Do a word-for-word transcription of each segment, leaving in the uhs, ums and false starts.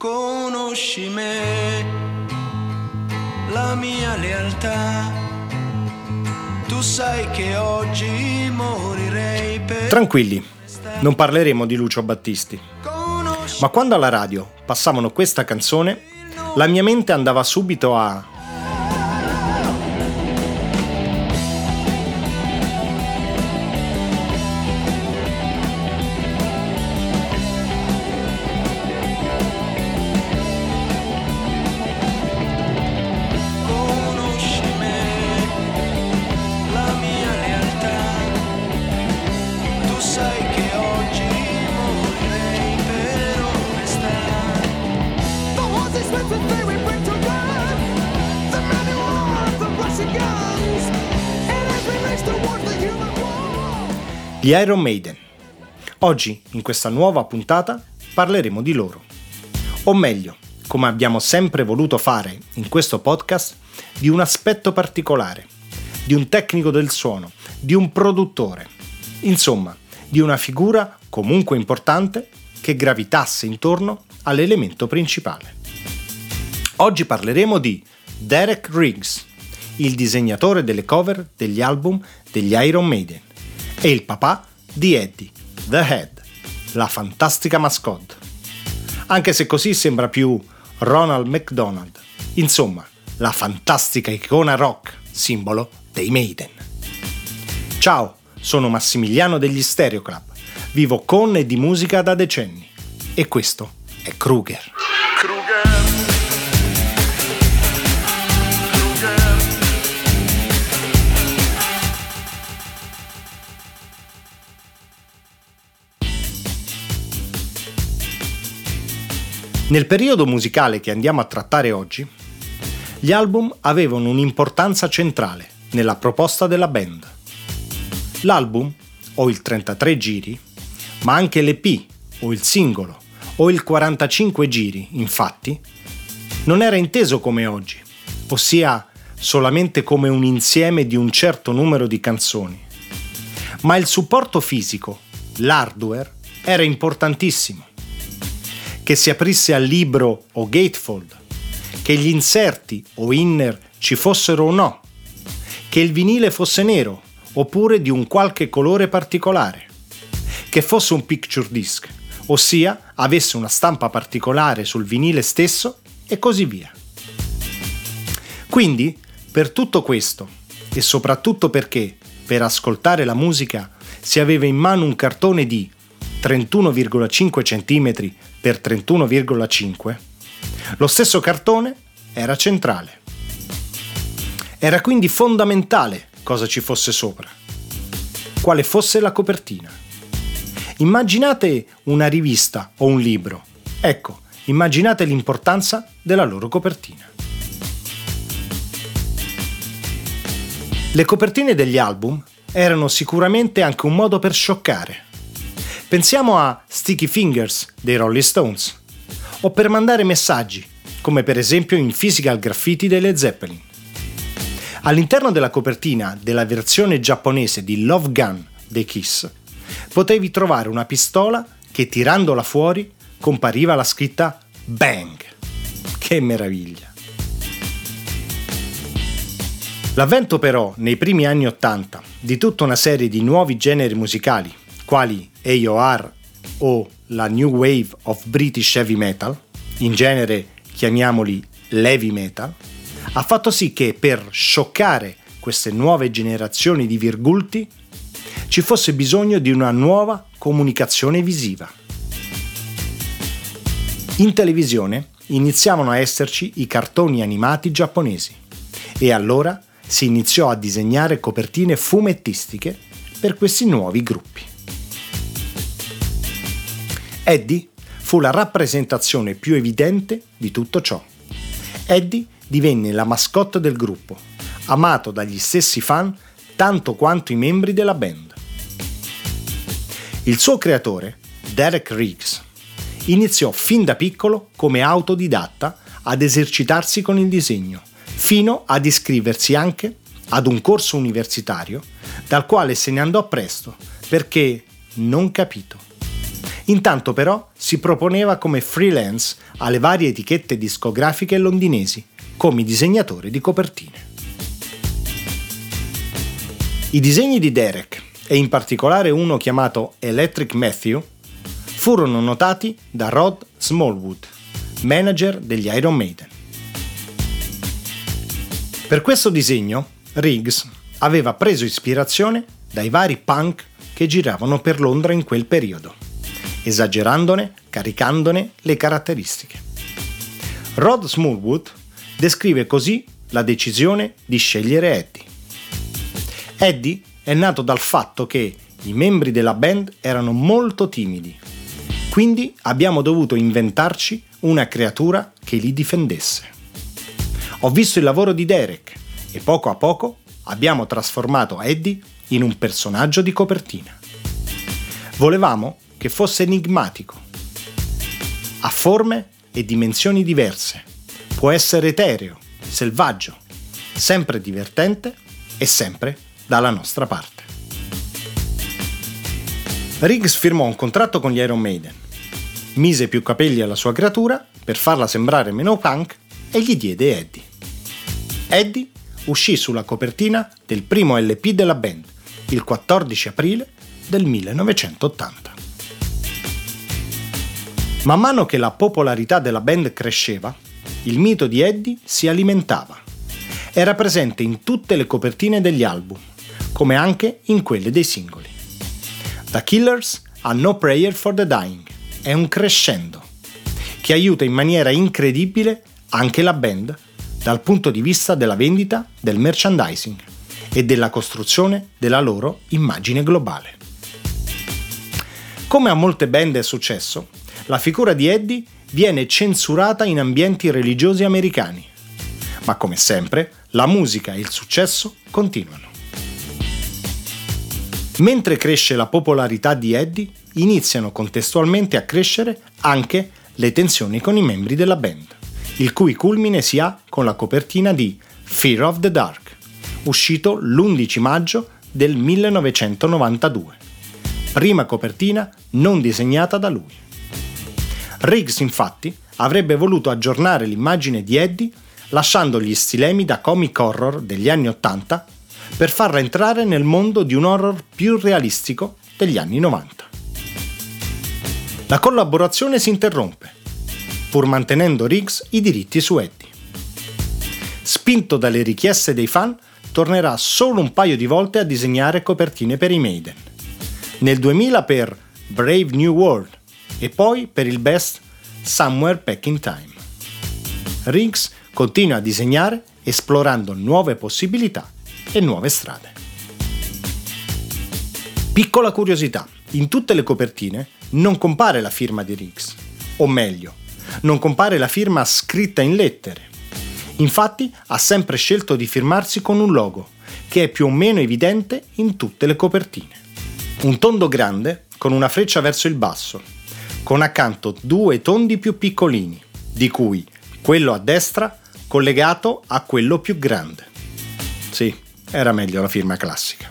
Conosci me, la mia lealtà, tu sai che oggi morirei per... Tranquilli, non parleremo di Lucio Battisti, ma quando alla radio passavano questa canzone, la mia mente andava subito a... Gli Iron Maiden. Oggi, in questa nuova puntata, parleremo di loro. O meglio, come abbiamo sempre voluto fare in questo podcast, di un aspetto particolare, di un tecnico del suono, di un produttore. Insomma, di una figura comunque importante che gravitasse intorno all'elemento principale. Oggi parleremo di Derek Riggs, il disegnatore delle cover degli album degli Iron Maiden, e il papà di Eddie, The Head, la fantastica mascotte. Anche se così sembra più Ronald McDonald. Insomma, la fantastica icona rock, simbolo dei Maiden. Ciao, sono Massimiliano degli Stereo Club. Vivo con e di musica da decenni. E questo è Kruger. Nel periodo musicale che andiamo a trattare oggi, gli album avevano un'importanza centrale nella proposta della band. L'album, o il trentatré giri, ma anche l'E P, o il singolo, o il quarantacinque giri, infatti, non era inteso come oggi, ossia solamente come un insieme di un certo numero di canzoni, ma il supporto fisico, l'hardware, era importantissimo. Che si aprisse al libro o gatefold, che gli inserti o inner ci fossero o no, che il vinile fosse nero oppure di un qualche colore particolare, che fosse un picture disc, ossia avesse una stampa particolare sul vinile stesso e così via. Quindi, per tutto questo, e soprattutto perché per ascoltare la musica si aveva in mano un cartone di trentuno virgola cinque centimetri per trentuno virgola cinque, lo stesso cartone era centrale. Era quindi fondamentale cosa ci fosse sopra, quale fosse la copertina. Immaginate una rivista o un libro, ecco, immaginate l'importanza della loro copertina. Le copertine degli album erano sicuramente anche un modo per scioccare. Pensiamo a Sticky Fingers dei Rolling Stones, o per mandare messaggi, come per esempio in Physical Graffiti dei Led Zeppelin. All'interno della copertina della versione giapponese di Love Gun dei Kiss, potevi trovare una pistola che tirandola fuori compariva la scritta Bang. Che meraviglia! L'avvento però, nei primi anni Ottanta, di tutta una serie di nuovi generi musicali, quali A O R o la New Wave of British Heavy Metal, in genere chiamiamoli l'heavy metal, ha fatto sì che per scioccare queste nuove generazioni di virgulti ci fosse bisogno di una nuova comunicazione visiva. In televisione iniziavano a esserci i cartoni animati giapponesi e allora si iniziò a disegnare copertine fumettistiche per questi nuovi gruppi. Eddie fu la rappresentazione più evidente di tutto ciò. Eddie divenne la mascotte del gruppo, amato dagli stessi fan tanto quanto i membri della band. Il suo creatore, Derek Riggs, iniziò fin da piccolo come autodidatta ad esercitarsi con il disegno, fino ad iscriversi anche ad un corso universitario dal quale se ne andò presto perché non capito. Intanto però si proponeva come freelance alle varie etichette discografiche londinesi come disegnatore di copertine. I disegni di Derek, e in particolare uno chiamato Electric Matthew, furono notati da Rod Smallwood, manager degli Iron Maiden. Per questo disegno, Riggs aveva preso ispirazione dai vari punk che giravano per Londra in quel periodo, esagerandone, caricandone le caratteristiche. Rod Smallwood descrive così la decisione di scegliere Eddie. Eddie è nato dal fatto che i membri della band erano molto timidi, quindi abbiamo dovuto inventarci una creatura che li difendesse. Ho visto il lavoro di Derek e poco a poco abbiamo trasformato Eddie in un personaggio di copertina. Volevamo che fosse enigmatico. Ha forme e dimensioni diverse. Può essere etereo, selvaggio, sempre divertente e sempre dalla nostra parte. Riggs firmò un contratto con gli Iron Maiden, mise più capelli alla sua creatura per farla sembrare meno punk e gli diede Eddie. Eddie uscì sulla copertina del primo L P della band il quattordici aprile del millenovecentottanta. Man mano che la popolarità della band cresceva, il mito di Eddie si alimentava. Era presente in tutte le copertine degli album, come anche in quelle dei singoli. Da Killers a No Prayer for the Dying è un crescendo che aiuta in maniera incredibile anche la band dal punto di vista della vendita del merchandising e della costruzione della loro immagine globale. Come a molte band è successo, la figura di Eddie viene censurata in ambienti religiosi americani, ma come sempre la musica e il successo continuano. Mentre cresce la popolarità di Eddie, iniziano contestualmente a crescere anche le tensioni con i membri della band, il cui culmine si ha con la copertina di Fear of the Dark, uscito l'undici maggio del millenovecentonovantadue, prima copertina non disegnata da lui. Riggs, infatti, avrebbe voluto aggiornare l'immagine di Eddie lasciando gli stilemi da comic horror degli anni ottanta per farla entrare nel mondo di un horror più realistico degli anni novanta. La collaborazione si interrompe, pur mantenendo Riggs i diritti su Eddie. Spinto dalle richieste dei fan, tornerà solo un paio di volte a disegnare copertine per i Maiden. Nel duemila per Brave New World e poi per il Best Somewhere Back in Time. Riggs continua a disegnare esplorando nuove possibilità e nuove strade. Piccola curiosità, in tutte le copertine non compare la firma di Riggs, o meglio, non compare la firma scritta in lettere. Infatti ha sempre scelto di firmarsi con un logo, che è più o meno evidente in tutte le copertine. Un tondo grande con una freccia verso il basso, con accanto due tondi più piccolini, di cui quello a destra collegato a quello più grande. Sì, era meglio la firma classica.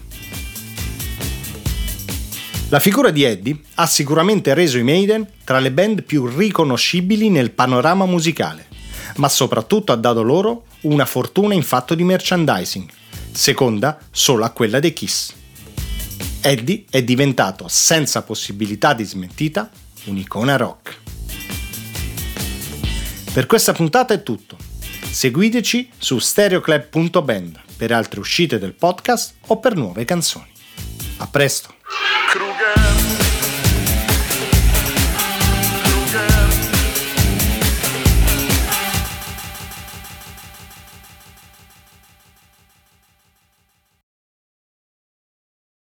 La figura di Eddie ha sicuramente reso i Maiden tra le band più riconoscibili nel panorama musicale, ma soprattutto ha dato loro una fortuna in fatto di merchandising, seconda solo a quella dei Kiss. Eddie è diventato, senza possibilità di smentita, un'icona rock. Per questa puntata è tutto. Seguiteci su stereoclub punto band per altre uscite del podcast o per nuove canzoni. A presto!